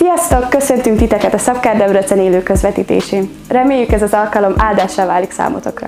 Sziasztok! Köszöntünk titeket a Szabkár Debrecen élő közvetítésén. Reméljük ez az alkalom áldássá válik számotokra.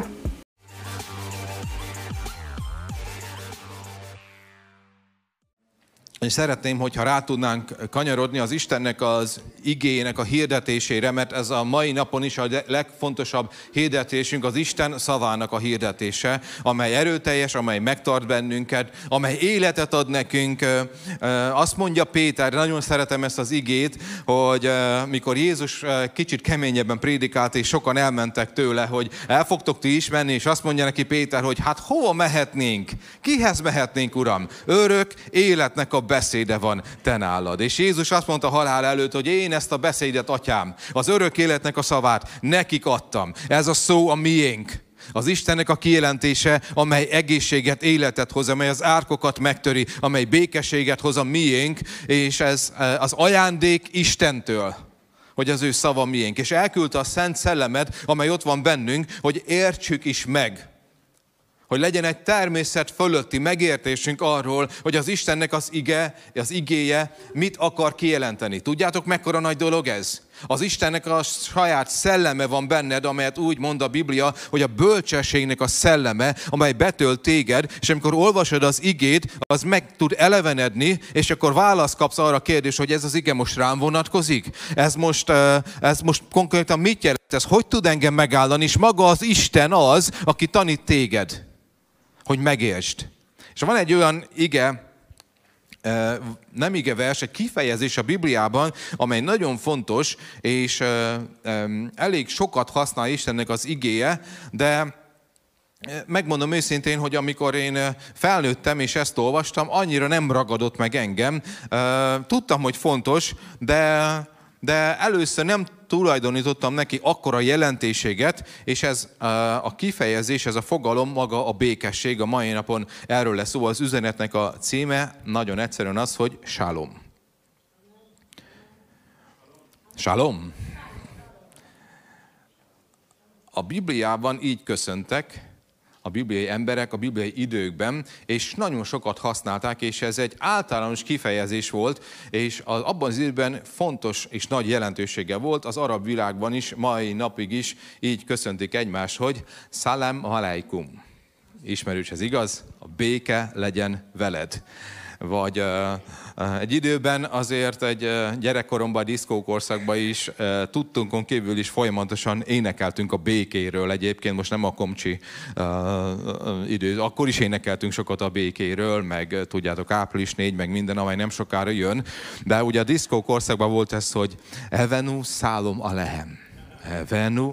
És szeretném, hogyha rá tudnánk kanyarodni az Istennek az igéjének a hirdetésére, mert ez a mai napon is a legfontosabb hirdetésünk, az Isten szavának a hirdetése, amely erőteljes, amely megtart bennünket, amely életet ad nekünk. Azt mondja Péter, nagyon szeretem ezt az igét, hogy mikor Jézus kicsit keményebben prédikált, és sokan elmentek tőle, hogy el fogtok ti is menni, és azt mondja neki Péter, hogy hát hova mehetnénk? Kihez mehetnénk, Uram? Örök életnek a beszéde van te nálad. És Jézus azt mondta halál előtt, hogy én ezt a beszédet, Atyám, az örök életnek a szavát nekik adtam. Ez a szó a miénk. Az Istennek a kijelentése, amely egészséget, életet hoz, amely az árkokat megtöri, amely békességet hoz a miénk, és ez az ajándék Istentől, hogy az ő szava miénk. És elküldte a Szent Szellemet, amely ott van bennünk, hogy értsük is meg. Hogy legyen egy természet fölötti megértésünk arról, hogy az Istennek az igéje mit akar kijelenteni. Tudjátok, mekkora nagy dolog ez? Az Istennek a saját szelleme van benned, amelyet úgy mond a Biblia, hogy a bölcsességnek a szelleme, amely betölt téged, és amikor olvasod az igét, az meg tud elevenedni, és akkor választ kapsz arra a kérdés, hogy ez az ige most rám vonatkozik? Ez most konkrétan mit jelent? Ez hogy tud engem megállani? És maga az Isten az, aki tanít téged, hogy megértsd. És van egy olyan ige, nem igevers, egy kifejezés a Bibliában, amely nagyon fontos, és elég sokat használ Istennek az igéje, de megmondom őszintén, hogy amikor én felnőttem és ezt olvastam, annyira nem ragadott meg engem. Tudtam, hogy fontos, de először nem tulajdonítottam neki akkora jelentőséget, és ez a kifejezés, ez a fogalom maga a békesség. A mai napon erről lesz szó. Az üzenetnek a címe nagyon egyszerűen az, hogy Shalom. Shalom. A Bibliában így köszöntek a bibliai emberek a bibliai időkben, és nagyon sokat használták, és ez egy általános kifejezés volt, és abban az időben fontos és nagy jelentősége volt, az arab világban is, mai napig is így köszöntik egymást, hogy Salam aleikum. Ismerős ez, igaz? A béke legyen veled. Vagy egy időben azért egy gyerekkoromban, a diszkókorszakban is tudtunkon kívül is folyamatosan énekeltünk a békéről. Egyébként most nem a komcsi idő, akkor is énekeltünk sokat a békéről, meg tudjátok, április 4, meg minden, amely nem sokára jön. De ugye a diszkókorszakban volt ez, hogy Evenu Szálom Alehem. Evenu.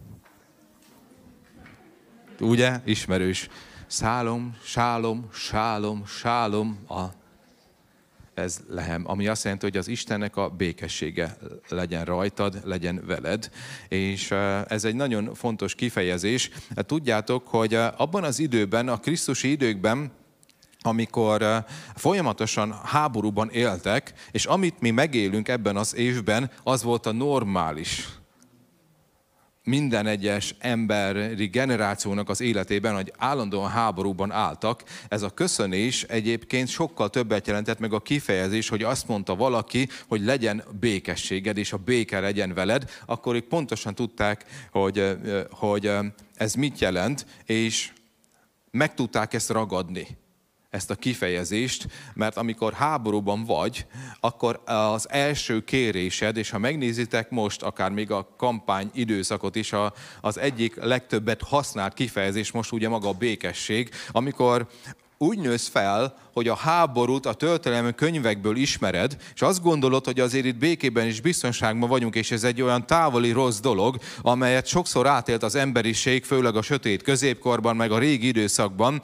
Ugye? Ismerős. Szálom, sálom, sálom, sálom, ez lehem, ami azt jelenti, hogy az Istennek a békessége legyen rajtad, legyen veled. És ez egy nagyon fontos kifejezés. Tudjátok, hogy abban az időben, a krisztusi időkben, amikor folyamatosan háborúban éltek, és amit mi megélünk ebben az évben, az volt a normális. Minden egyes emberi generációnak az életében, hogy állandóan háborúban álltak. Ez a köszönés egyébként sokkal többet jelentett, meg a kifejezés, hogy azt mondta valaki, hogy legyen békességed, és a béke legyen veled, akkor ők pontosan tudták, hogy ez mit jelent, és meg tudták ezt ragadni, ezt a kifejezést, mert amikor háborúban vagy, akkor az első kérésed, és ha megnézitek most, akár még a kampány időszakot is, az egyik legtöbbet használt kifejezés most ugye maga a békesség, amikor úgy nősz fel, hogy a háborút a történelmi könyvekből ismered, és azt gondolod, hogy azért itt békében és biztonságban vagyunk, és ez egy olyan távoli rossz dolog, amelyet sokszor átélt az emberiség, főleg a sötét középkorban, meg a régi időszakban,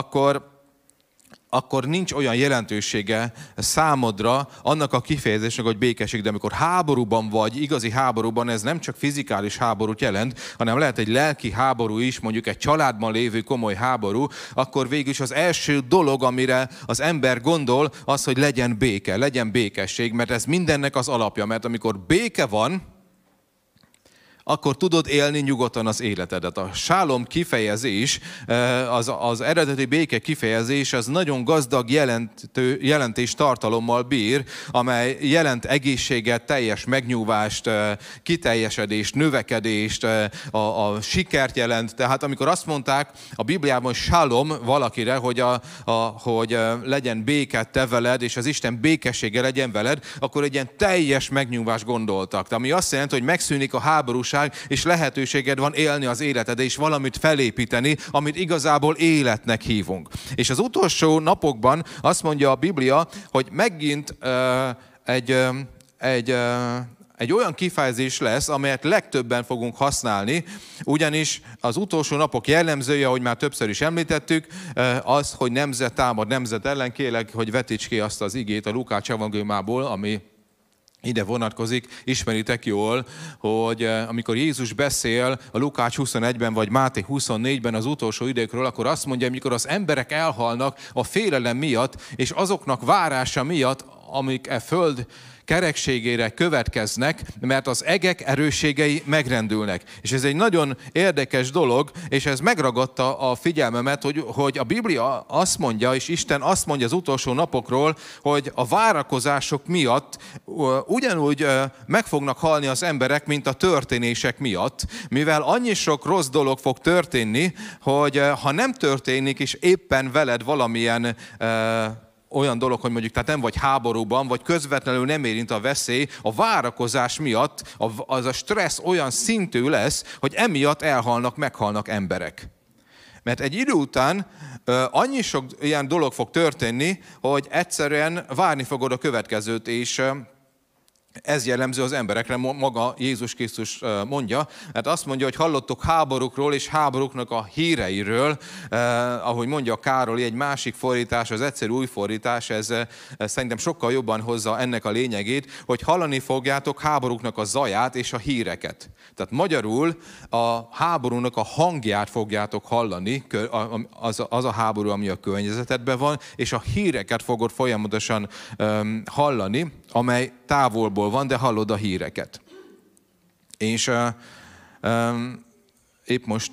akkor nincs olyan jelentősége számodra annak a kifejezésnek, hogy békesség, de amikor háborúban vagy, igazi háborúban, ez nem csak fizikális háborút jelent, hanem lehet egy lelki háború is, mondjuk egy családban lévő komoly háború, akkor végül is az első dolog, amire az ember gondol, az, hogy legyen béke, legyen békesség, mert ez mindennek az alapja, mert amikor béke van, akkor tudod élni nyugodtan az életedet. A sálom kifejezés, az eredeti béke kifejezés, az nagyon gazdag jelentés tartalommal bír, amely jelent egészséget, teljes megnyugvást, kiteljesedést, növekedést, a sikert jelent. Tehát amikor azt mondták a Bibliában shalom valakire, hogy legyen béke te veled, és az Isten békessége legyen veled, akkor egy ilyen teljes megnyugvást gondoltak. Ami azt jelenti, hogy megszűnik a háborúság, és lehetőséged van élni az életed, és valamit felépíteni, amit igazából életnek hívunk. És az utolsó napokban azt mondja a Biblia, hogy megint egy olyan kifejezés lesz, amelyet legtöbben fogunk használni, ugyanis az utolsó napok jellemzője, ahogy már többször is említettük, az, hogy nemzet támad nemzet ellen. Kérlek, hogy vetíts ki azt az igét a Lukács evangéliumából, ami ide vonatkozik. Ismeritek jól, hogy amikor Jézus beszél a Lukács 21-ben vagy Máté 24-ben az utolsó időkről, akkor azt mondja, hogy mikor az emberek elhalnak a félelem miatt, és azoknak várása miatt, amik e föld kerekségére következnek, mert az egek erősségei megrendülnek. És ez egy nagyon érdekes dolog, és ez megragadta a figyelmemet, hogy a Biblia azt mondja, és Isten azt mondja az utolsó napokról, hogy a várakozások miatt ugyanúgy meg fognak halni az emberek, mint a történések miatt, mivel annyi sok rossz dolog fog történni, hogy ha nem történik, és éppen veled valamilyen olyan dolog, hogy mondjuk tehát nem vagy háborúban, vagy közvetlenül nem érint a veszély, a várakozás miatt az a stressz olyan szintű lesz, hogy emiatt meghalnak emberek. Mert egy idő után annyi sok ilyen dolog fog történni, hogy egyszerűen várni fogod a következőt, és ez jellemző az emberekre, maga Jézus Krisztus mondja, mert azt mondja, hogy hallottok háborúkról és háborúknak a híreiről, ahogy mondja Károly, egy másik fordítás, az egyszerű új fordítás, ez szerintem sokkal jobban hozza ennek a lényegét, hogy hallani fogjátok háborúknak a zaját és a híreket. Tehát magyarul a háborúnak a hangját fogjátok hallani, az a háború, ami a környezetedben van, és a híreket fogod folyamatosan hallani, amely távolból van, de hallod a híreket. És épp most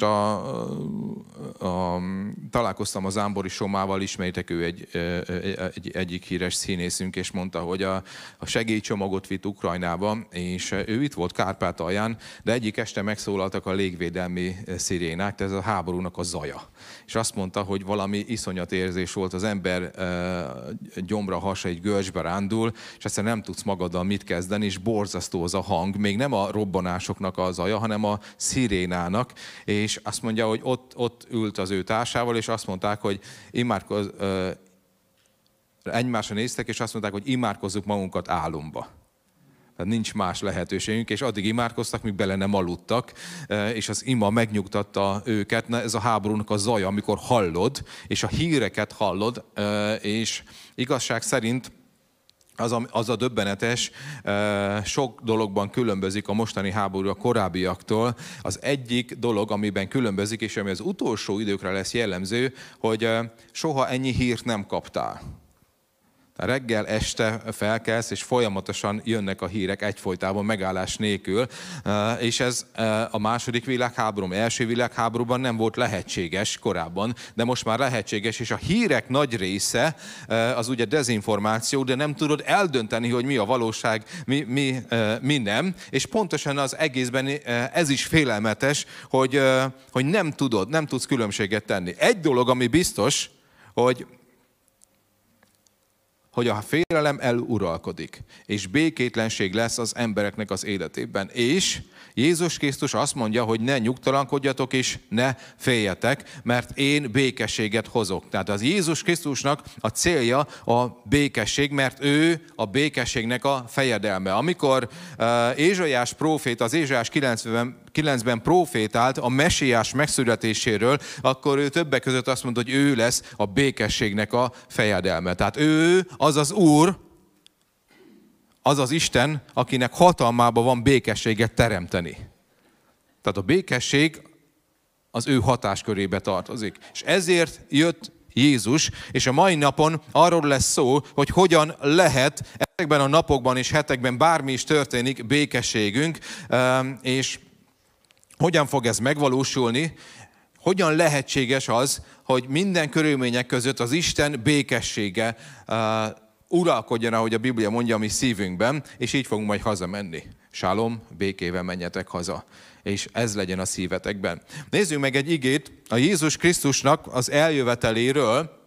találkoztam az Ámbori Somával, ismeritek, ő egyik híres színészünk, és mondta, hogy a segélycsomagot vitt Ukrajnába, és ő itt volt Kárpátalján, de egyik este megszólaltak a légvédelmi szirénák, ez a háborúnak a zaja. És azt mondta, hogy valami iszonyat érzés volt, az ember gyomra, hasa egy görcsbe rándul, és aztán nem tudsz magaddal mit kezdeni, és borzasztó az a hang, még nem a robbanásoknak a zaja, hanem a szirénának, és azt mondja, hogy ott ült az ő társával, és azt mondták, hogy egymásra néztek, és azt mondták, hogy imádkozzuk magunkat álomba. Tehát nincs más lehetőségünk, és addig imádkoztak, míg bele nem aludtak, és az ima megnyugtatta őket. Ez a háborúnak a zaja, amikor hallod, és a híreket hallod, és igazság szerint az a döbbenetes, sok dologban különbözik a mostani háború a korábbiaktól. Az egyik dolog, amiben különbözik, és ami az utolsó időkre lesz jellemző, hogy soha ennyi hírt nem kaptál. Reggel, este felkelsz, és folyamatosan jönnek a hírek egyfolytában, megállás nélkül. És ez a második világháború, első világháborúban nem volt lehetséges korábban, de most már lehetséges, és a hírek nagy része az ugye dezinformáció, de nem tudod eldönteni, hogy mi a valóság, mi nem. És pontosan az egészben ez is félelmetes, hogy nem tudsz különbséget tenni. Egy dolog, ami biztos, hogy a félelem eluralkodik, és békétlenség lesz az embereknek az életében. És Jézus Krisztus azt mondja, hogy ne nyugtalankodjatok és ne féljetek, mert én békességet hozok. Tehát az Jézus Krisztusnak a célja a békesség, mert ő a békességnek a fejedelme. Amikor Ézsaiás próféta, az Ézsaiás 9-ben prófétált a mesiás megszületéséről, akkor ő többek között azt mondta, hogy ő lesz a békességnek a fejedelme. Tehát ő az az Úr, az az Isten, akinek hatalmában van békességet teremteni. Tehát a békesség az ő hatáskörébe tartozik. És ezért jött Jézus, és a mai napon arról lesz szó, hogy hogyan lehet ezekben a napokban és hetekben bármi is történik békességünk, és hogyan fog ez megvalósulni, hogyan lehetséges az, hogy minden körülmények között az Isten békessége uralkodjon, ahogy a Biblia mondja, a mi szívünkben, és így fogunk majd hazamenni. Shalom, békével menjetek haza. És ez legyen a szívetekben. Nézzük meg egy igét a Jézus Krisztusnak az eljöveteléről,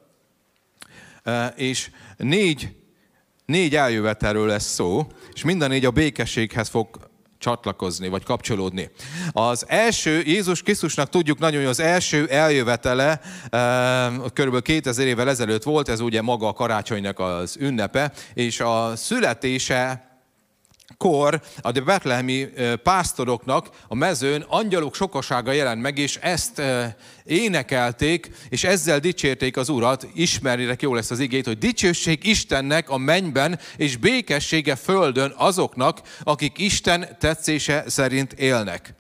és négy eljövetelről lesz szó, és mind a négy a békességhez fog csatlakozni, vagy kapcsolódni. Az első, Jézus Krisztusnak tudjuk nagyon, hogy az első eljövetele kb. 2000 évvel ezelőtt volt, ez ugye maga a karácsonynak az ünnepe, és a születése kor a betlehemi pásztoroknak a mezőn angyalok sokasága jelent meg, és ezt énekelték, és ezzel dicsérték az Urat. Ismerjétek jól ezt az igét, hogy dicsőség Istennek a mennyben, és békessége földön azoknak, akik Isten tetszése szerint élnek.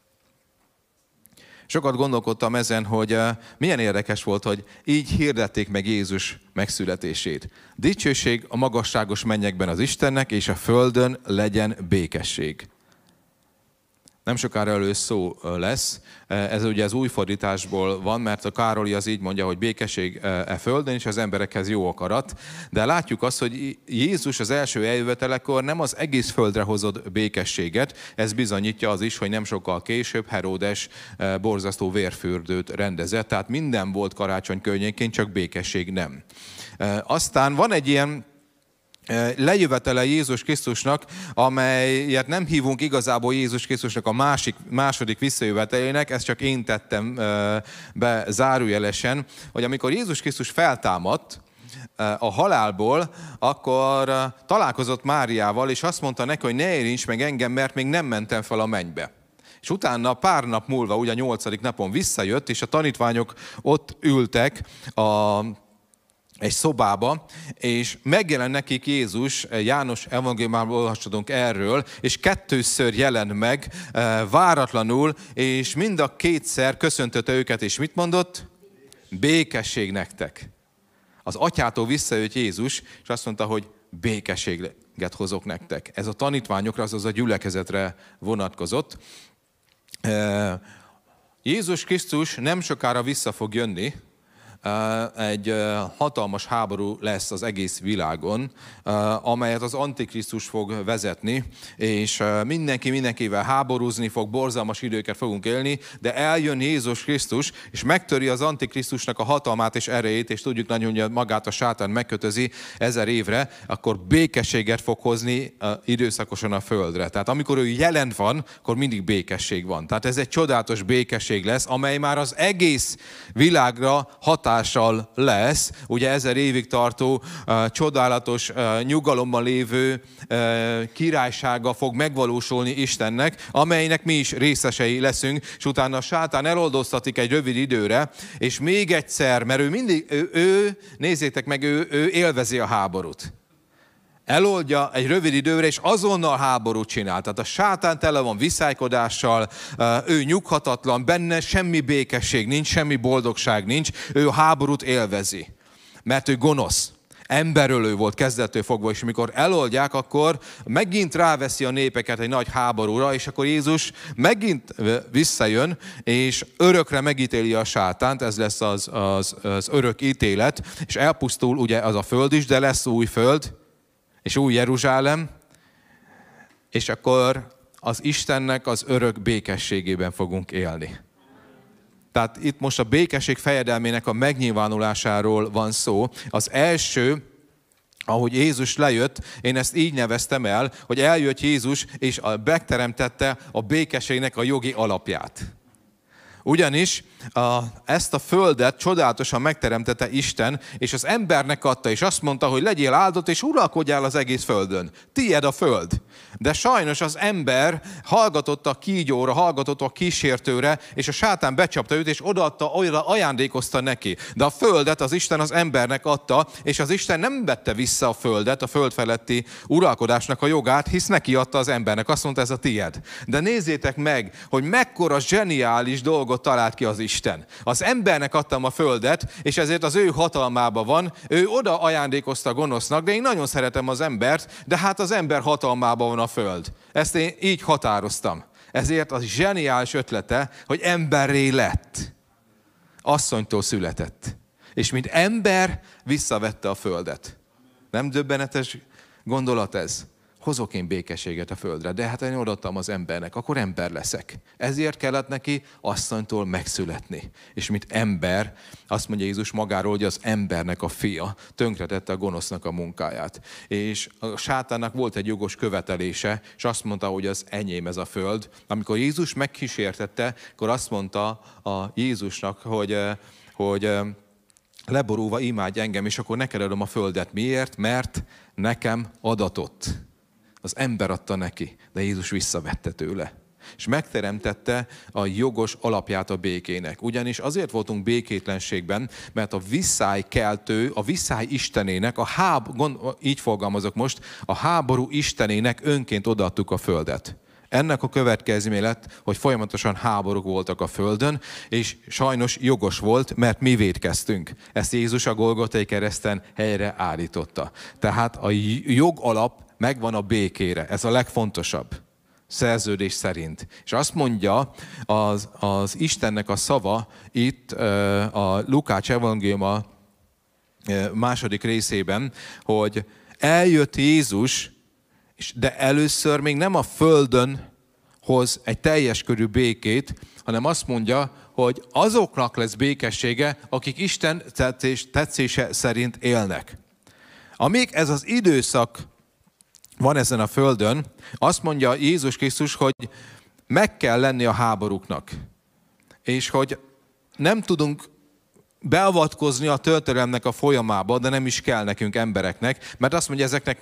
Sokat gondolkodtam ezen, hogy milyen érdekes volt, hogy így hirdették meg Jézus megszületését. Dicsőség a magasságos mennyekben az Istennek, és a földön legyen békesség. Nem sokára elő szó lesz, ez ugye az új fordításból van, mert a Károli az így mondja, hogy békesség földön, és az emberekhez jó akarat. De látjuk azt, hogy Jézus az első eljövetelekor nem az egész földre hozott békességet, ez bizonyítja az is, hogy nem sokkal később Heródes borzasztó vérfürdőt rendezett, tehát minden volt karácsony környékén, csak békesség nem. Aztán van egy ilyen lejövetele Jézus Krisztusnak, amelyet nem hívunk igazából Jézus Krisztusnak a második visszajövetelének, ezt csak én tettem be zárójelesen, hogy amikor Jézus Krisztus feltámadt a halálból, akkor találkozott Máriával, és azt mondta neki, hogy ne érints meg engem, mert még nem mentem fel a mennybe. És utána pár nap múlva, ugye a 8. napon visszajött, és a tanítványok ott ültek egy szobába, és megjelent nekik Jézus, János evangéliumában olvashatunk erről, és 2-ször jelent meg váratlanul, és mind a 2-szer köszöntötte őket, és mit mondott? Békesség nektek. Az atyától visszajött Jézus, és azt mondta, hogy békességet hozok nektek. Ez a tanítványokra, azaz a gyülekezetre vonatkozott. Jézus Krisztus nem sokára vissza fog jönni, egy hatalmas háború lesz az egész világon, amelyet az Antikrisztus fog vezetni, és mindenkivel háborúzni fog, borzalmas időket fogunk élni, de eljön Jézus Krisztus, és megtöri az Antikrisztusnak a hatalmát és erejét, és tudjuk nagyon, hogy magát a sátán megkötözi 1000 évre, akkor békességet fog hozni időszakosan a földre. Tehát amikor ő jelen van, akkor mindig békesség van. Tehát ez egy csodálatos békesség lesz, amely már az egész világra hatással lesz, ugye 1000 évig tartó, csodálatos, nyugalomban lévő királysága fog megvalósulni Istennek, amelynek mi is részesei leszünk, és utána a sátán eloldoztatik egy rövid időre, és még egyszer, mert ő mindig, nézzétek meg, ő élvezi a háborút. Eloldja egy rövid időre, és azonnal háborút csinál. Tehát a sátán tele van viszálykodással, ő nyughatatlan, benne semmi békesség nincs, semmi boldogság nincs, ő a háborút élvezi, mert ő gonosz. Emberölő volt kezdettől fogva, és amikor eloldják, akkor megint ráveszi a népeket egy nagy háborúra, és akkor Jézus megint visszajön, és örökre megítéli a sátánt, ez lesz az örök ítélet, és elpusztul ugye az a föld is, de lesz új föld, és új Jeruzsálem, és akkor az Istennek az örök békességében fogunk élni. Tehát itt most a békesség fejedelmének a megnyilvánulásáról van szó. Az első, ahogy Jézus lejött, én ezt így neveztem el, hogy eljött Jézus, és megteremtette a békességnek a jogi alapját. Ugyanis ezt a földet csodálatosan megteremtette Isten, és az embernek adta, és azt mondta, hogy legyél áldott, és uralkodjál az egész földön. Tied a föld. De sajnos az ember hallgatott a kígyóra, hallgatott a kísértőre, és a sátán becsapta őt, és odaadta, ajándékozta neki. De a földet az Isten az embernek adta, és az Isten nem vette vissza a földet, a föld feletti uralkodásnak a jogát, hisz neki adta az embernek. Azt mondta, ez a tied. De nézzétek meg, hogy mekkora zseniális dolgot talált ki az Isten. Az embernek adtam a földet, és ezért az ő hatalmában van, ő oda ajándékozta a gonosznak, de én nagyon szeretem az embert, de hát az ember hatalmában van a föld. Ezt én így határoztam. Ezért az zseniális ötlete, hogy emberré lett. Asszonytól született. És mint ember visszavette a földet. Nem döbbenetes gondolat ez? Hozok én békességet a földre, de hát én odaadtam az embernek, akkor ember leszek. Ezért kellett neki asszonytól megszületni. És mint ember, azt mondja Jézus magáról, hogy az embernek a fia tönkretette a gonosznak a munkáját. És a sátánnak volt egy jogos követelése, és azt mondta, hogy az enyém ez a föld. Amikor Jézus megkísértette, akkor azt mondta a Jézusnak, hogy leborulva imádj engem, és akkor neked adom a földet. Miért? Mert nekem adatott. Az ember adta neki, de Jézus visszavette tőle. És megteremtette a jogos alapját a békének. Ugyanis azért voltunk békétlenségben, mert a viszálykeltő, a viszály istenének, így fogalmazok most, a háború istenének önként odaadtuk a földet. Ennek a következménye lett, hogy folyamatosan háborúk voltak a földön, és sajnos jogos volt, mert mi vétkeztünk. Ezt Jézus a Golgotai kereszten helyre állította. Tehát a jogalap megvan a békére. Ez a legfontosabb. Szerződés szerint. És azt mondja az Istennek a szava itt a Lukács evangéliuma második részében, hogy eljött Jézus, de először még nem a földön hoz egy teljes körű békét, hanem azt mondja, hogy azoknak lesz békessége, akik Isten tetszése szerint élnek. Amíg ez az időszak van ezen a földön, azt mondja Jézus Krisztus, hogy meg kell lenni a háborúknak. És hogy nem tudunk beavatkozni a történelemnek a folyamába, de nem is kell nekünk embereknek, mert azt mondja, ezeknek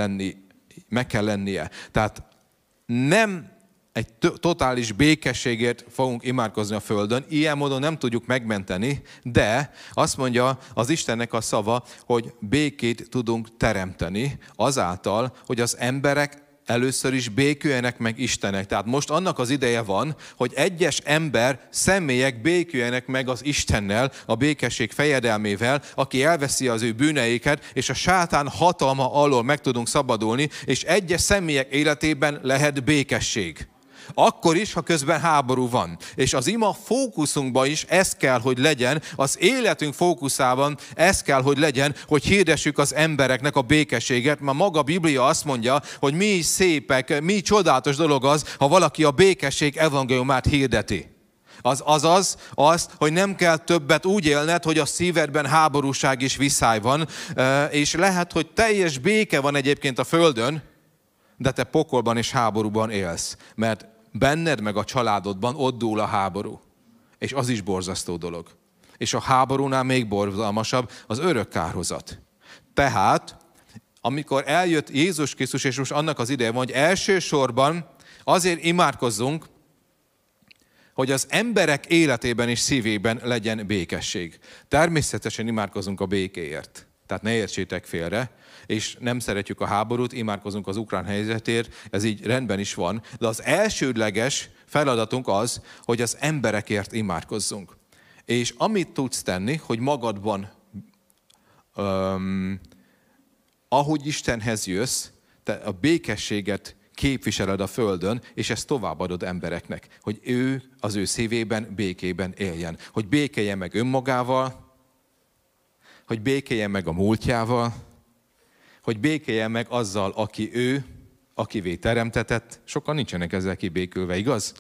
meg kell lennie. Tehát nem egy totális békességért fogunk imádkozni a földön, ilyen módon nem tudjuk megmenteni, de azt mondja az Istennek a szava, hogy békét tudunk teremteni azáltal, hogy az emberek először is béküljenek meg Istennek. Tehát most annak az ideje van, hogy egyes személyek béküljenek meg az Istennel, a békesség fejedelmével, aki elveszi az ő bűneiket, és a sátán hatalma alól meg tudunk szabadulni, és egyes személyek életében lehet békesség. Akkor is, ha közben háború van. És az ima fókuszunkban is ez kell, hogy legyen, az életünk fókuszában ez kell, hogy legyen, hogy hirdessük az embereknek a békességet, mert maga a Biblia azt mondja, hogy mi szépek, mi csodálatos dolog az, ha valaki a békesség evangéliumát hirdeti. Az, hogy nem kell többet úgy élned, hogy a szívedben háborúság és viszály van, és lehet, hogy teljes béke van egyébként a földön, de te pokolban és háborúban élsz, mert benned meg a családodban ott dúl a háború. És az is borzasztó dolog. És a háborúnál még borzalmasabb az örök kárhozat. Tehát, amikor eljött Jézus Krisztus, és most annak az ideje van, hogy elsősorban azért imádkozzunk, hogy az emberek életében és szívében legyen békesség. Természetesen imádkozunk a békéért. Tehát ne értsétek félre, és nem szeretjük a háborút, imádkozunk az ukrán helyzetért, ez így rendben is van, de az elsődleges feladatunk az, hogy az emberekért imádkozzunk. És amit tudsz tenni, hogy magadban, ahogy Istenhez jössz, te a békességet képviseled a földön, és ezt továbbadod embereknek, hogy ő az ő szívében, békében éljen. Hogy békéljen meg önmagával, hogy békéljen meg a múltjával, hogy békéljen meg azzal, aki ő, akivé teremtetett. Sokan nincsenek ezzel kibékülve, igaz?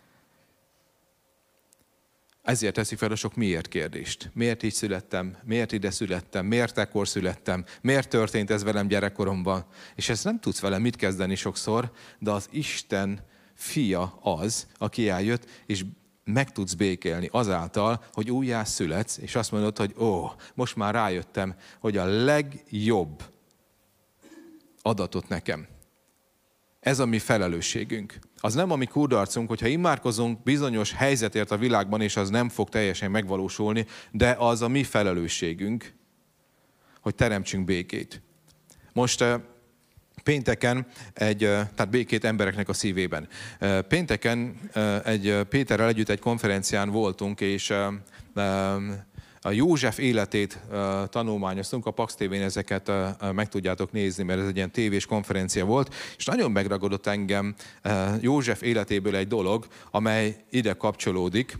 Ezért teszik fel a sok miért kérdést. Miért így születtem? Miért ide születtem? Miért ekkor születtem? Miért történt ez velem gyerekkoromban? És ezt nem tudsz vele mit kezdeni sokszor, de az Isten fia az, aki eljött, és meg tudsz békélni azáltal, hogy újjá születsz, és azt mondod, hogy most már rájöttem, hogy a legjobb adatot nekem. Ez a mi felelősségünk. Az nem a mi kudarcunk, hogyha imádkozunk bizonyos helyzetért a világban, és az nem fog teljesen megvalósulni, de az a mi felelősségünk, hogy teremtsünk békét. Most pénteken tehát békét embereknek a szívében. Pénteken Péterrel együtt egy konferencián voltunk, és a József életét tanulmányoztunk, a Pax TV-n ezeket meg tudjátok nézni, mert ez egy ilyen tévés konferencia volt, és nagyon megragadott engem József életéből egy dolog, amely ide kapcsolódik.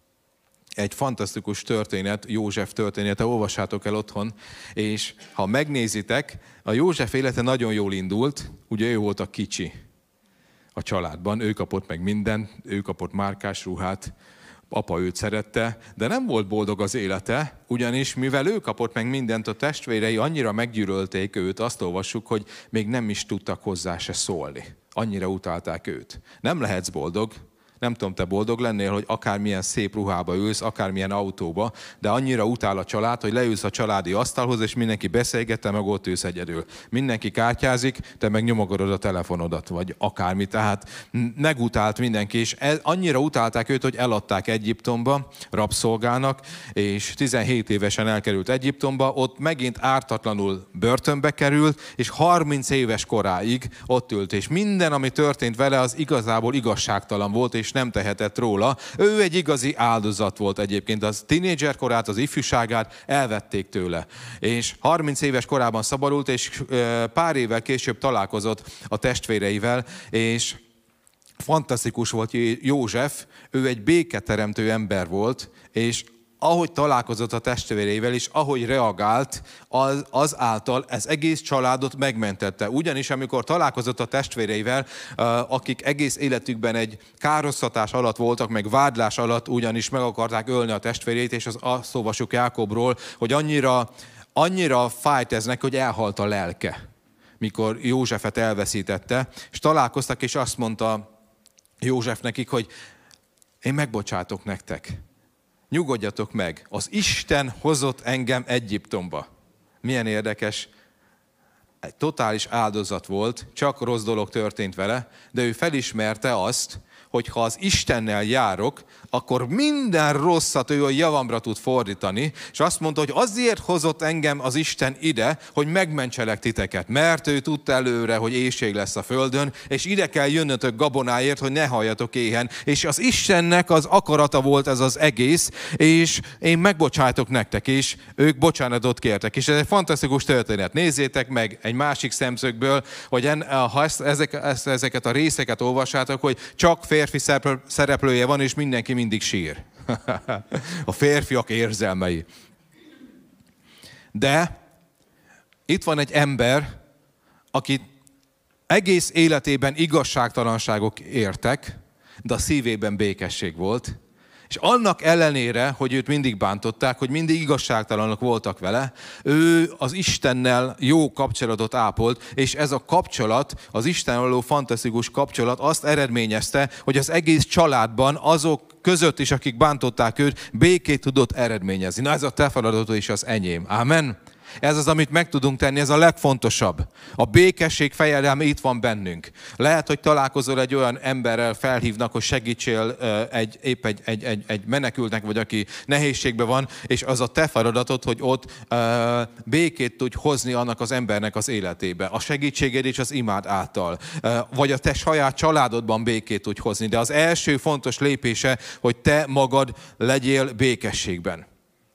Egy fantasztikus történet, József története, olvassátok el otthon, és ha megnézitek, a József élete nagyon jól indult, ugye ő volt a kicsi a családban, ő kapott meg mindent, ő kapott márkás ruhát, apa őt szerette, de nem volt boldog az élete, ugyanis mivel ő kapott meg mindent, a testvérei annyira meggyűlölték őt, azt olvassuk, hogy még nem is tudtak hozzá se szólni. Annyira utálták őt. Nem lehetsz boldog, nem tudom, te boldog lennél, hogy akármilyen szép ruhába ülsz, akármilyen autóba, de annyira utál a család, hogy leülsz a családi asztalhoz, és mindenki beszélget, te meg ott ülsz egyedül. Mindenki kártyázik, te meg nyomogodod a telefonodat, vagy akármi. Tehát megutált mindenki, és annyira utálták őt, hogy eladták Egyiptomba rabszolgának, és 17 évesen elkerült Egyiptomba, ott megint ártatlanul börtönbe került, és 30 éves koráig ott ült, és minden, ami történt vele, az igazából igazságtalan volt, és nem tehetett róla. Ő egy igazi áldozat volt egyébként. Az tínédzser korát, az ifjúságát elvették tőle. És 30 éves korában szabadult, és pár évvel később találkozott a testvéreivel, és fantasztikus volt József, ő egy béketeremtő ember volt, és ahogy találkozott a testvéreivel, és ahogy reagált, az által ez egész családot megmentette. Ugyanis amikor találkozott a testvéreivel, akik egész életükben egy károsztatás alatt voltak, meg vádlás alatt, ugyanis meg akarták ölni a testvéreit, és azt olvasjuk Jákobról, hogy annyira fájt ez neki, hogy elhalt a lelke, mikor Józsefet elveszítette, és találkoztak, és azt mondta József nekik, hogy én megbocsátok nektek. Nyugodjatok meg, az Isten hozott engem Egyiptomba. Milyen érdekes, egy totális áldozat volt, csak rossz dolog történt vele, de ő felismerte azt, hogy ha az Istennel járok, akkor minden rosszat ő a javamra tud fordítani, és azt mondta, hogy azért hozott engem az Isten ide, hogy megmentselek titeket, mert ő tudta előre, hogy éhség lesz a földön, és ide kell jönnötök gabonáért, hogy ne halljatok éhen. És az Istennek az akarata volt ez az egész, és én megbocsájtok nektek, és ők bocsánatot kértek. És ez egy fantasztikus történet. Nézzétek meg egy másik szemszögből, hogy ha ezeket a részeket olvassátok, hogy csak férfi szereplője van, és mindenki mindig sír. A férfiak érzelmei. De itt van egy ember, aki egész életében igazságtalanságok értek, de a szívében békesség volt. És annak ellenére, hogy őt mindig bántották, hogy mindig igazságtalanok voltak vele, ő az Istennel jó kapcsolatot ápolt, és ez a kapcsolat, az Istennel való fantasztikus kapcsolat azt eredményezte, hogy az egész családban azok között is, akik bántották őt, békét tudott eredményezni. Na ez a te feladatod és az enyém. Ámen? Ez az, amit meg tudunk tenni, ez a legfontosabb. A békesség fejedelme itt van bennünk. Lehet, hogy találkozol egy olyan emberrel, felhívnak, hogy segítsél egy menekültnek, vagy aki nehézségben van, és az a te feladatod, hogy ott békét tudj hozni annak az embernek az életébe. A segítséged és az imád által. Vagy a te saját családodban békét tudj hozni. De az első fontos lépése, hogy te magad legyél békességben.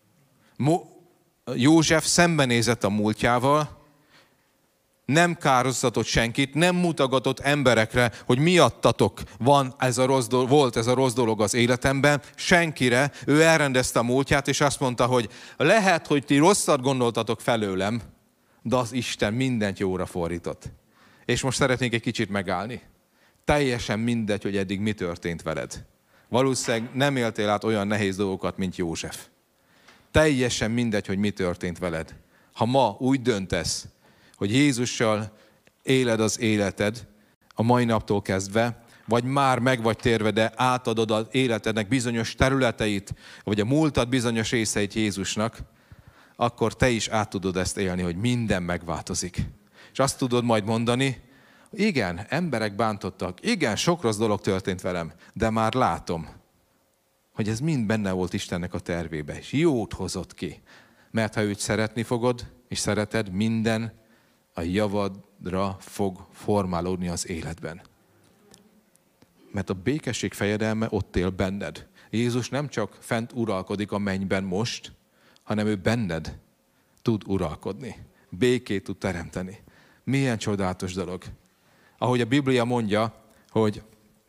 József szembenézett a múltjával, nem károztatott senkit, nem mutogatott emberekre, hogy miattatok volt ez a rossz dolog az életemben, senkire. Ő elrendezte a múltját, és azt mondta, hogy lehet, hogy ti rosszat gondoltatok felőlem, de az Isten mindent jóra fordított. És most szeretnék egy kicsit megállni. Teljesen mindegy, hogy eddig mi történt veled. Valószínűleg nem éltél át olyan nehéz dolgokat, mint József. Teljesen mindegy, hogy mi történt veled. Ha ma úgy döntesz, hogy Jézussal éled az életed a mai naptól kezdve, vagy már meg vagy térve, de átadod az életednek bizonyos területeit, vagy a múltad bizonyos részeit Jézusnak, akkor te is át tudod ezt élni, hogy minden megváltozik. És azt tudod majd mondani, igen, emberek bántottak, igen, sok rossz dolog történt velem, de már látom, hogy ez mind benne volt Istennek a tervébe, és jót hozott ki. Mert ha őt szeretni fogod, és szereted, minden a javadra fog formálódni az életben. Mert a békesség fejedelme ott él benned. Jézus nem csak fent uralkodik a mennyben most, hanem ő benned tud uralkodni. Békét tud teremteni. Milyen csodálatos dolog. Ahogy a Biblia mondja, hogy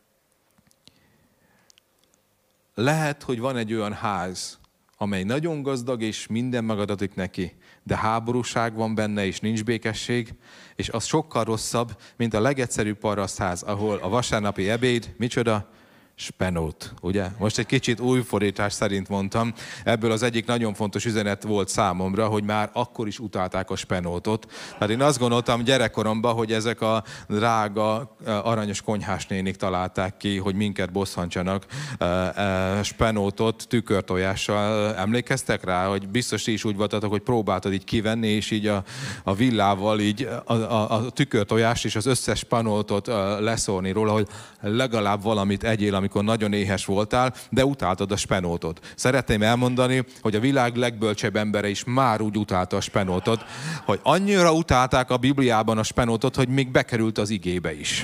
lehet, hogy van egy olyan ház, amely nagyon gazdag, és minden megadatik neki, de háborúság van benne, és nincs békesség, és az sokkal rosszabb, mint a legegyszerűbb parasztház, ahol a vasárnapi ebéd, micsoda? Spenót, ugye? Most egy kicsit új fordítás szerint mondtam. Ebből az egyik nagyon fontos üzenet volt számomra, hogy már akkor is utálták a spenótot. Tehát én azt gondoltam gyerekkoromban, hogy ezek a drága, aranyos konyhásnénik találták ki, hogy minket bosszantsanak spenótot tükörtojással. Emlékeztek rá, hogy biztos ti is úgy voltatok, hogy próbáltad így kivenni, és így a villával így a tükörtojást és az összes spenótot leszórni róla, hogy legalább valamit egyél, amikor nagyon éhes voltál, de utáltad a spenótot. Szeretném elmondani, hogy a világ legbölcsebb embere is már úgy utálta a spenótot, hogy annyira utálták a Bibliában a spenótot, hogy még bekerült az igébe is.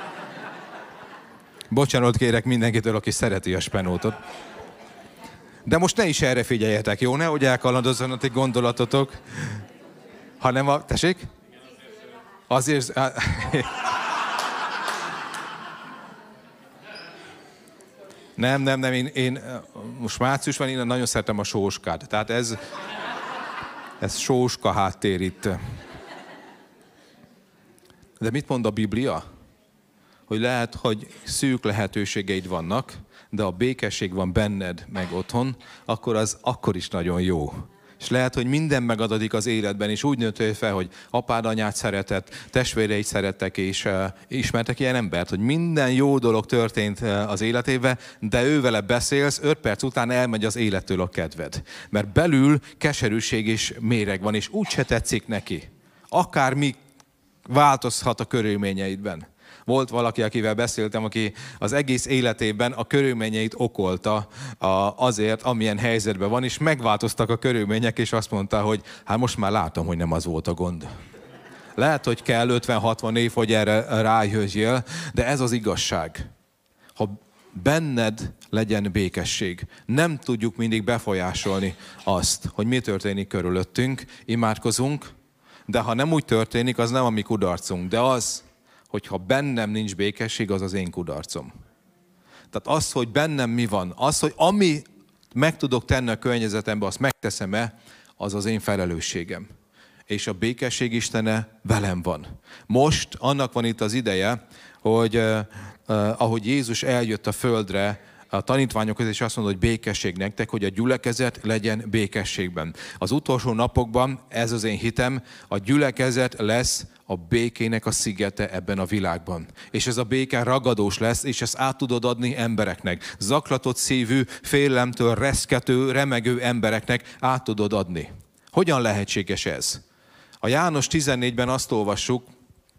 Bocsánat kérek mindenkitől, aki szereti a spenótot. De most ne is erre figyeljetek, jó? Nehogy elkalandozzon a ti gondolatotok, hanem a... Tessék? Azért... Nem, én most március van, én nagyon szeretem a sóskát. Tehát ez sóska háttér itt. De mit mond a Biblia? Hogy lehet, hogy szűk lehetőségeid vannak, de a békesség van benned meg otthon, akkor az akkor is nagyon jó. És lehet, hogy minden megadatik az életben, és úgy nőttél fel, hogy apád, anyád szeretett, testvéreid szerettek, és ismertek ilyen embert, hogy minden jó dolog történt az életében, de ővele beszélsz, 5 perc után elmegy az élettől a kedved. Mert belül keserűség és méreg van, és úgyse tetszik neki. Akármi változhat a körülményeidben. Volt valaki, akivel beszéltem, aki az egész életében a körülményeit okolta azért, amilyen helyzetben van, és megváltoztak a körülmények, és azt mondta, hogy hát most már látom, hogy nem az volt a gond. Lehet, hogy kell 50-60 év, hogy erre rájöjjél, de ez az igazság. Ha benned legyen békesség, nem tudjuk mindig befolyásolni azt, hogy mi történik körülöttünk, imádkozunk, de ha nem úgy történik, az nem a mi kudarcunk, de az, hogyha bennem nincs békesség, az az én kudarcom. Tehát az, hogy bennem mi van, az, hogy ami meg tudok tenni a környezetemben, azt megteszem-e, az az én felelősségem. És a békesség Istene velem van. Most annak van itt az ideje, hogy ahogy Jézus eljött a földre, a tanítványok és azt mondta, hogy békesség nektek, hogy a gyülekezet legyen békességben. Az utolsó napokban, ez az én hitem, a gyülekezet lesz a békének a szigete ebben a világban. És ez a béke ragadós lesz, és ezt át tudod adni embereknek. Zaklatott szívű, félelemtől reszkető, remegő embereknek át tudod adni. Hogyan lehetséges ez? A János 14-ben azt olvassuk,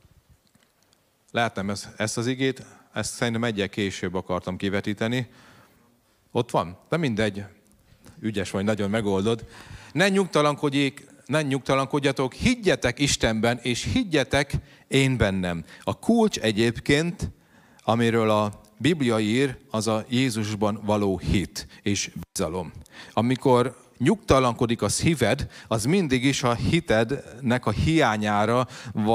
látnám ezt az igét, ezt szerintem egyel később akartam kivetíteni. Ott van? De mindegy. Ügyes vagy, nagyon megoldod. Ne nyugtalankodjatok, higgyetek Istenben, és higgyetek én bennem. A kulcs egyébként, amiről a Biblia ír, az a Jézusban való hit és bizalom. Amikor nyugtalankodik a szíved, az mindig is a hitednek a hiányára,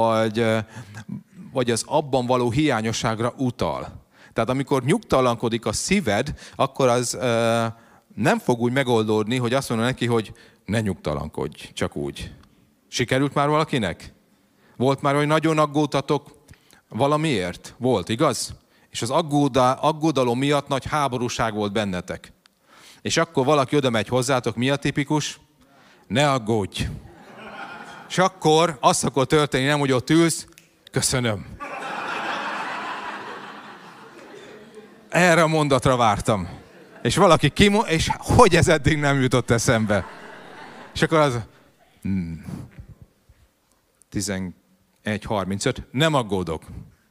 vagy az abban való hiányosságra utal. Tehát amikor nyugtalankodik a szíved, akkor az nem fog úgy megoldódni, hogy azt mondja neki, hogy ne nyugtalankodj, csak úgy. Sikerült már valakinek? Volt már, hogy nagyon aggódtatok valamiért? Volt, igaz? És az aggodalom miatt nagy háborúság volt bennetek. És akkor valaki oda megy hozzátok, mi a tipikus? Ne aggódj! És akkor az szokott történni, nem, hogy ott ülsz, köszönöm. Erre a mondatra vártam. És valaki és hogy ez eddig nem jutott eszembe? És akkor az... 11:35, nem aggódok.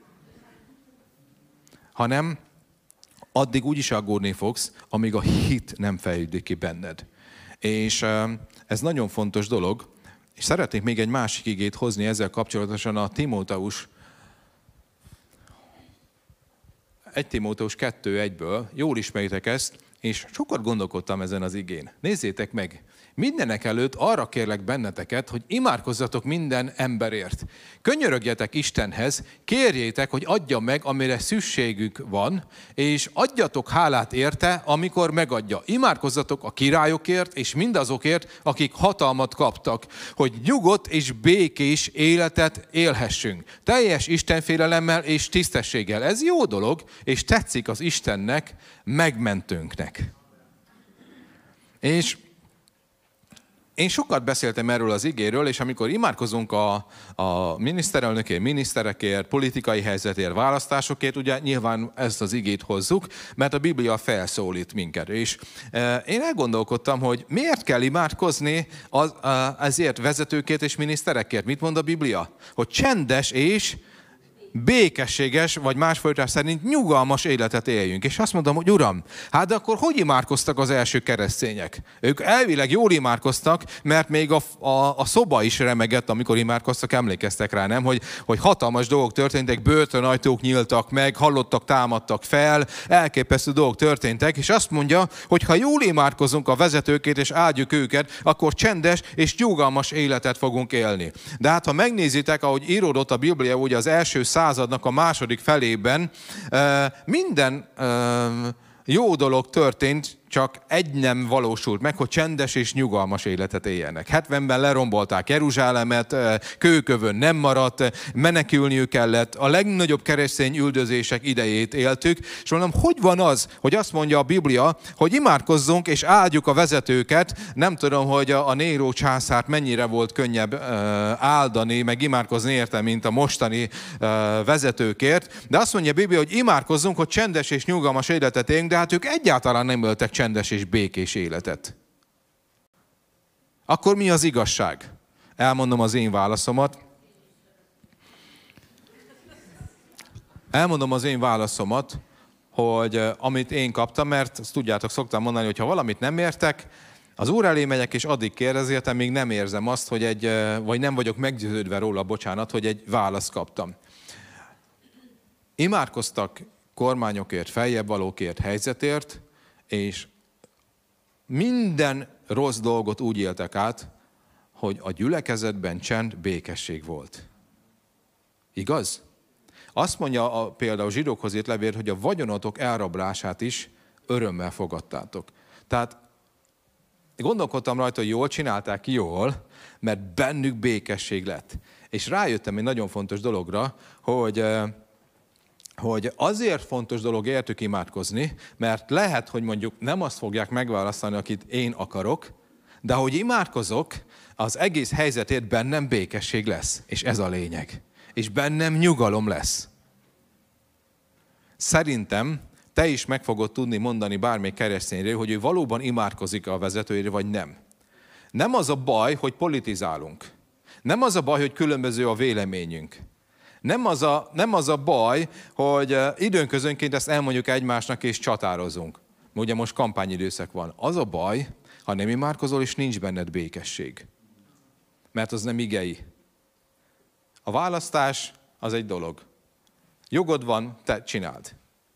Hanem addig úgyis aggódni fogsz, amíg a hit nem fejlődik ki benned. És ez nagyon fontos dolog. És szeretnék még egy másik igét hozni ezzel kapcsolatosan, a Timóteus 1 Timóteus 2:1-ből. Jól ismeritek ezt, És sokat gondolkodtam ezen az igén. Nézzétek meg, mindenek előtt arra kérlek benneteket, hogy imádkozzatok minden emberért. Könyörögjetek Istenhez, kérjétek, hogy adja meg, amire szükségük van, és adjatok hálát érte, amikor megadja. Imádkozzatok a királyokért, és mindazokért, akik hatalmat kaptak, hogy nyugodt és békés életet élhessünk. Teljes istenfélelemmel és tisztességgel. Ez jó dolog, és tetszik az Istennek, megmentőnknek. És én sokat beszéltem erről az igéről, és amikor imádkozunk a miniszterelnökért, miniszterekért, politikai helyzetért, választásokért, ugye nyilván ezt az igét hozzuk, mert a Biblia felszólít minket. És én elgondolkodtam, hogy miért kell imádkozni ezért vezetőkért és miniszterekért. Mit mond a Biblia? Hogy csendes és békességes, vagy más fordítás szerint nyugalmas életet éljünk. És azt mondom, hogy Uram, hát de akkor hogy imádkoztak az első keresztények? Ők elvileg jól imádkoztak, mert még a szoba is remegett, amikor imádkoztak, emlékeztek rá, nem? Hogy hatalmas dolgok történtek, börtönajtók nyíltak meg, hallottak, támadtak fel, elképesztő dolgok történtek, és azt mondja, hogy ha jól imádkozunk a vezetőkért, és áldjuk őket, akkor csendes és nyugalmas életet fogunk élni. De hát, ha megnézitek, ahogy íródott a Biblia, ugye az első századnak a második felében minden jó dolog történt, csak egy nem valósult meg, hogy csendes és nyugalmas életet éljenek. 70-ben lerombolták Jeruzsálemet, kőkövön nem maradt, menekülniük kellett, a legnagyobb keresztény üldözések idejét éltük, és mondom, hogy van az, hogy azt mondja a Biblia, hogy imádkozzunk és áldjuk a vezetőket. Nem tudom, hogy a Néró császárt mennyire volt könnyebb áldani, meg imádkozni érte, mint a mostani vezetőkért, de azt mondja a Biblia, hogy imádkozzunk, hogy csendes és nyugalmas életet éljünk, de hát ők egyáltalán nem éltek csendes és békés életet. Akkor mi az igazság? Elmondom az én válaszomat. Hogy amit én kaptam, mert azt tudjátok, szoktam mondani, hogy ha valamit nem értek, az Úr elé megyek, és addig kérdezem, még nem érzem azt, hogy vagy nem vagyok meggyőződve róla, bocsánat, hogy egy választ kaptam. Imádkoztak kormányokért, feljebb valókért, helyzetért, és minden rossz dolgot úgy éltek át, hogy a gyülekezetben csend, békesség volt. Igaz? Azt mondja például a zsidókhoz írt levél, hogy a vagyonotok elrablását is örömmel fogadtátok. Tehát gondolkodtam rajta, hogy jól csinálták, jól, mert bennük békesség lett. És rájöttem egy nagyon fontos dologra, hogy azért fontos dolog értük imádkozni, mert lehet, hogy mondjuk nem azt fogják megválasztani, akit én akarok, de ahogy imádkozok, az egész helyzetért bennem békesség lesz. És ez a lényeg. És bennem nyugalom lesz. Szerintem te is meg fogod tudni mondani bármelyik keresztényről, hogy ő valóban imádkozik a vezetőjére, vagy nem. Nem az a baj, hogy politizálunk. Nem az a baj, hogy különböző a véleményünk. Nem az a baj, hogy időnközönként ezt elmondjuk egymásnak és csatározunk. Ugye most kampányidőszak van. Az a baj, ha nem imádkozol és nincs benned békesség. Mert az nem igei. A választás az egy dolog. Jogod van, te csináld.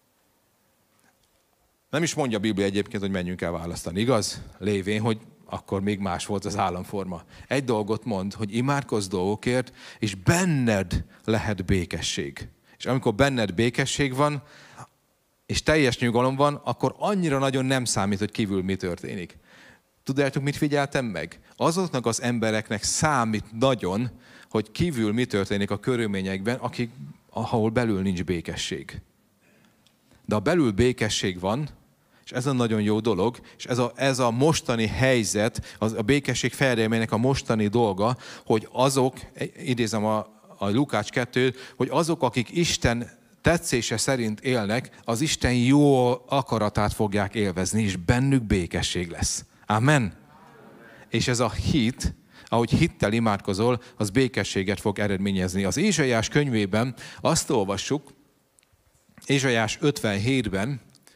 Nem is mondja a Biblia egyébként, hogy menjünk el választani, igaz? Lévén, hogy akkor még más volt az államforma. Egy dolgot mond, hogy imádkozz dolgokért, és benned lehet békesség. És amikor benned békesség van, és teljes nyugalom van, akkor annyira nagyon nem számít, hogy kívül mi történik. Tudjátok, mit figyeltem meg? Azoknak az embereknek számít nagyon, hogy kívül mi történik a körülményekben, ahol belül nincs békesség. De ha belül békesség van, és ez a nagyon jó dolog, és ez a mostani helyzet, a békesség fejedelmének a mostani dolga, hogy azok, idézem a Lukács 2-t, hogy azok, akik Isten tetszése szerint élnek, az Isten jó akaratát fogják élvezni, és bennük békesség lesz. Amen? És ez a hit, ahogy hittel imádkozol, az békességet fog eredményezni. Az Ézsaiás könyvében azt olvassuk, Ézsaiás 57-ben,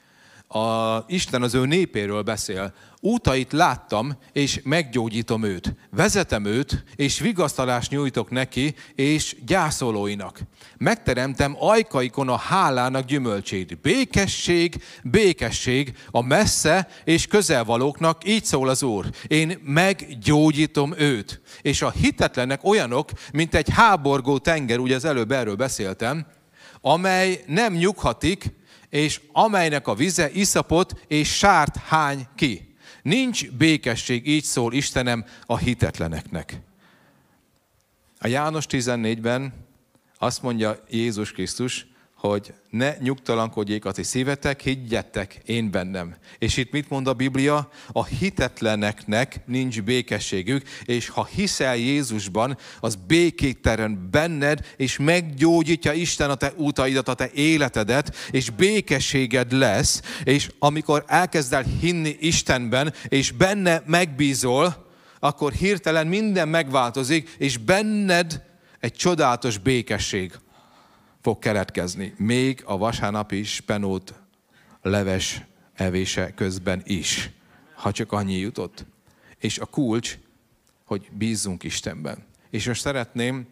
Isten az ő népéről beszél. Útait láttam, és meggyógyítom őt. Vezetem őt, és vigasztalást nyújtok neki, és gyászolóinak. Megteremtem ajkaikon a hálának gyümölcsét. Békesség, békesség a messze és közelvalóknak, így szól az Úr. Én meggyógyítom őt. És a hitetlenek olyanok, mint egy háborgó tenger, ugye az előbb erről beszéltem, amely nem nyughatik, és amelynek a vize iszapot és sárt hány ki. Nincs békesség, így szól Istenem a hitetleneknek. A János 14-ben azt mondja Jézus Krisztus, hogy ne nyugtalankodjék a ti szívetek, higgyetek én bennem. És itt mit mond a Biblia? A hitetleneknek nincs békességük, és ha hiszel Jézusban, az békét teremt benned, és meggyógyítja Isten a te útaidat, a te életedet, és békességed lesz, és amikor elkezd el hinni Istenben, és benne megbízol, akkor hirtelen minden megváltozik, és benned egy csodálatos békesség fog keletkezni. Még a vasárnapi spenót leves evése közben is, ha csak annyi jutott. És a kulcs, hogy bízzunk Istenben. És most szeretném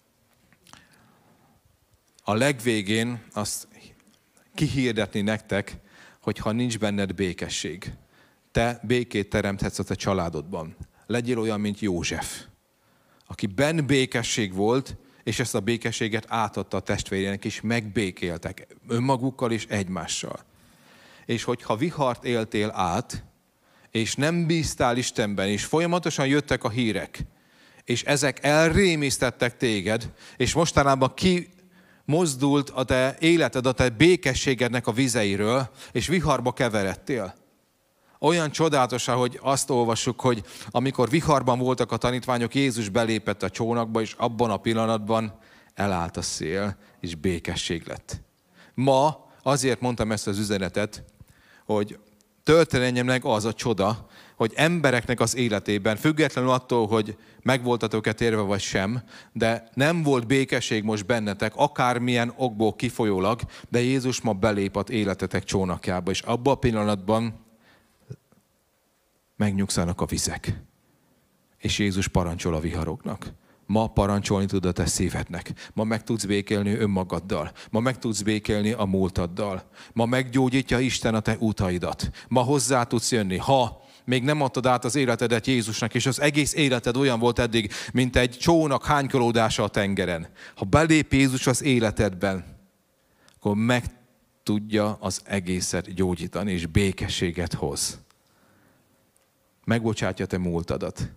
a legvégén azt kihirdetni nektek, hogy ha nincs benned békesség, te békét teremthetsz a te családodban. Legyél olyan, mint József, aki benn békesség volt, és ezt a békességet átadta a testvérének, és megbékéltek önmagukkal és egymással. És hogyha vihart éltél át, és nem bíztál Istenben, és folyamatosan jöttek a hírek, és ezek elrémisztettek téged, és mostanában kimozdult a te életed, a te békességednek a vizeiről, és viharba keveredtél. Olyan csodálatos, hogy azt olvassuk, hogy amikor viharban voltak a tanítványok, Jézus belépett a csónakba, és abban a pillanatban elállt a szél, és békesség lett. Ma azért mondtam ezt az üzenetet, hogy történjen meg az a csoda, hogy embereknek az életében, függetlenül attól, hogy meg voltatok-e térve vagy sem, de nem volt békesség most bennetek, akármilyen okból kifolyólag, de Jézus ma belép az életetek csónakjába, és abban a pillanatban megnyugszanak a vizek. És Jézus parancsol a viharoknak. Ma parancsolni tud a te szívednek. Ma meg tudsz békélni önmagaddal. Ma meg tudsz békélni a múltaddal. Ma meggyógyítja Isten a te útaidat. Ma hozzá tudsz jönni. Ha még nem adtad át az életedet Jézusnak, és az egész életed olyan volt eddig, mint egy csónak hánykölódása a tengeren. Ha belép Jézus az életedben, akkor meg tudja az egészet gyógyítani, és békességet hoz. Megbocsátja te múltadat.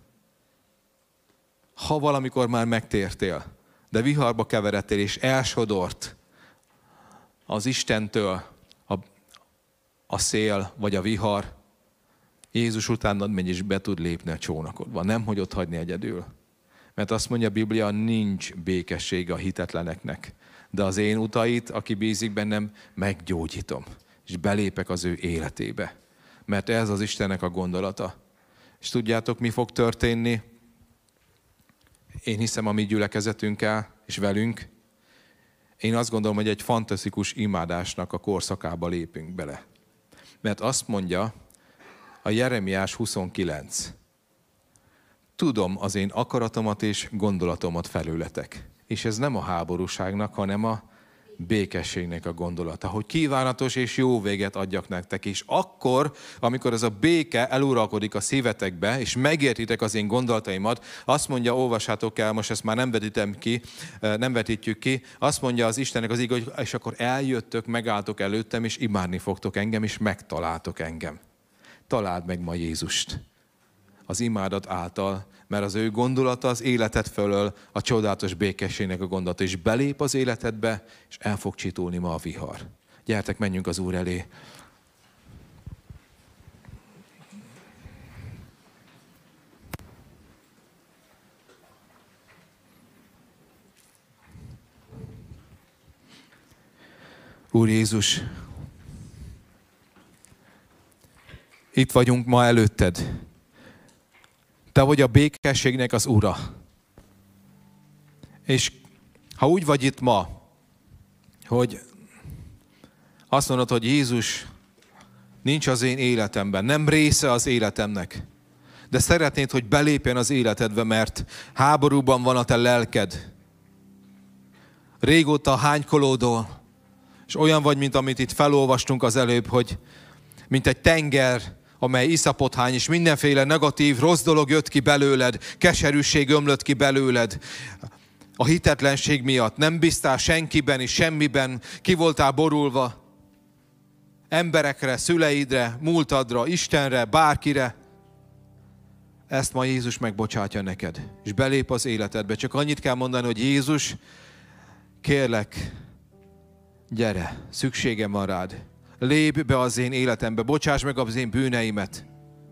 Ha valamikor már megtértél, de viharba keveredtél, és elsodort az Istentől a szél vagy a vihar, Jézus utánad megy, és be tud lépni a csónakodba. Nem hogy ott hagyni egyedül. Mert azt mondja a Biblia, nincs békessége a hitetleneknek. De az én utait, aki bízik bennem, meggyógyítom. És belépek az ő életébe. Mert ez az Istennek a gondolata. És tudjátok, mi fog történni? Én hiszem a mi gyülekezetünkkel és velünk. Én azt gondolom, hogy egy fantasztikus imádásnak a korszakába lépünk bele. Mert azt mondja a Jeremiás 29. Tudom az én akaratomat és gondolatomat felőletek. És ez nem a háborúságnak, hanem a békességnek a gondolata, hogy kívánatos és jó véget adjak nektek. És akkor, amikor ez a béke eluralkodik a szívetekbe, és megértitek az én gondolataimat, azt mondja, olvassátok el, most ezt már nem vetítjük ki, azt mondja az Istennek az igaz, hogy és akkor eljöttök, megálltok előttem, és imádni fogtok engem, és megtaláltok engem. Találd meg ma Jézust az imádat által, mert az ő gondolata az életed fölöl a csodálatos békességnek a gondolata, és belép az életedbe, és el fog csitulni ma a vihar. Gyertek, menjünk az Úr elé. Úr Jézus, itt vagyunk ma előtted. Te vagy a békességnek az Ura. És ha úgy vagy itt ma, hogy azt mondod, hogy Jézus, nincs az én életemben, nem része az életemnek. De szeretnéd, hogy belépjen az életedbe, mert háborúban van a te lelked. Régóta hánykolódol, és olyan vagy, mint amit itt felolvastunk az előbb, hogy mint egy tenger, amely iszapothány, és mindenféle negatív, rossz dolog jött ki belőled, keserűség ömlött ki belőled. A hitetlenség miatt nem bíztál senkiben és semmiben, ki voltál borulva. Emberekre, szüleidre, múltadra, Istenre, bárkire. Ezt ma Jézus megbocsátja neked, és belép az életedbe. Csak annyit kell mondani, hogy Jézus, kérlek, gyere, szükségem van rád. Lépj be az én életembe, bocsáss meg az én bűneimet.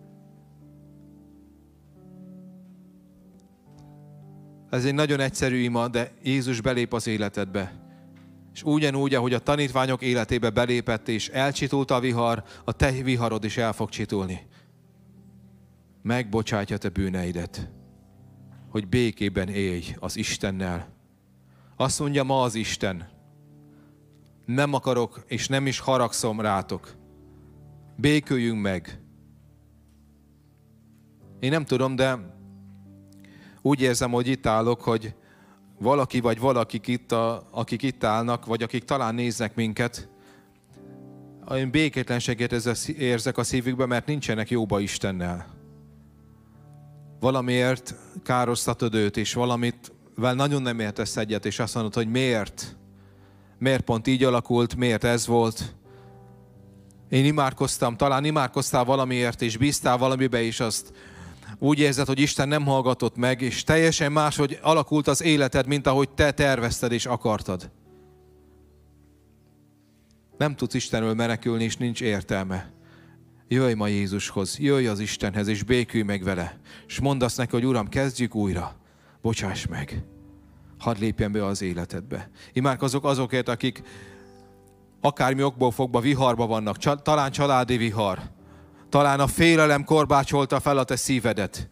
Ez egy nagyon egyszerű ima, de Jézus belép az életedbe. És ugyanúgy, ahogy a tanítványok életébe belépett, és elcsitult a vihar, a te viharod is el fog csitulni. Megbocsátja te bűneidet, hogy békében élj az Istennel. Azt mondja ma az Isten, nem akarok és nem is haragszom rátok. Béküljünk meg. Én nem tudom, de úgy érzem, hogy itt állok, hogy valaki vagy valakik itt, akik itt állnak, vagy akik talán néznek minket, én békétlenséget érzek a szívükben, mert nincsenek jóba Istennel. Valamiért károsztatod őt, és valamivel nagyon nem értesz egyet, és azt mondod, hogy miért? Miért pont így alakult, miért ez volt? Én imádkoztam, talán imádkoztál valamiért, és bíztál valamibe, és azt úgy érzed, hogy Isten nem hallgatott meg, és teljesen máshogy alakult az életed, mint ahogy te tervezted és akartad. Nem tudsz Istenről menekülni, és nincs értelme. Jöjj ma Jézushoz, jöjj az Istenhez, és békülj meg vele. És mondd azt neki, hogy Uram, kezdjük újra. Bocsáss meg. Hadd lépjen be az életedbe. Imádkozok azokért, akik akármi okból fogva viharba vannak, talán családi vihar, talán a félelem korbácsolta fel a te szívedet.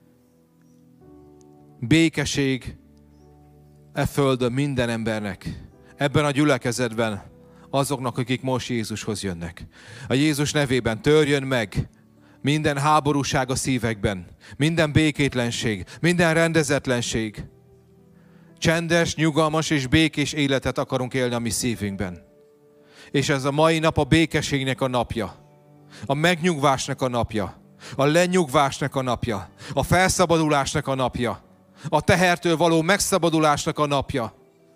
Békeség e földön minden embernek, ebben a gyülekezetben, azoknak, akik most Jézushoz jönnek. A Jézus nevében törjön meg minden háborúság a szívekben, minden békétlenség, minden rendezetlenség. Csendes, nyugalmas és békés életet akarunk élni a mi szívünkben. És ez a mai nap a békességnek a napja, a megnyugvásnak a napja, a lenyugvásnak a napja, a felszabadulásnak a napja, a tehertől való megszabadulásnak a napja.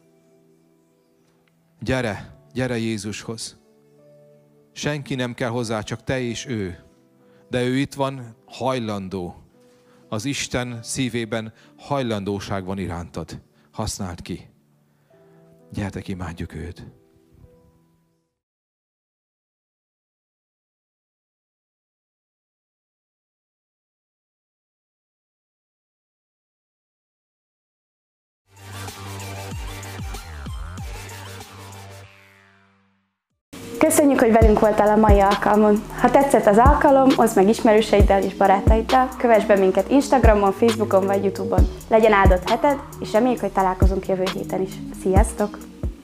Gyere, gyere Jézushoz. Senki nem kell hozzá, csak te és ő. De ő itt van, hajlandó. Az Isten szívében hajlandóság van irántad. Használd ki. Gyertek, imádjuk őt. Köszönjük, hogy velünk voltál a mai alkalmon. Ha tetszett az alkalom, oszd meg ismerőseiddel és barátaiddal, kövess be minket Instagramon, Facebookon vagy YouTube-on. Legyen áldott heted, és reméljük, hogy találkozunk jövő héten is. Sziasztok!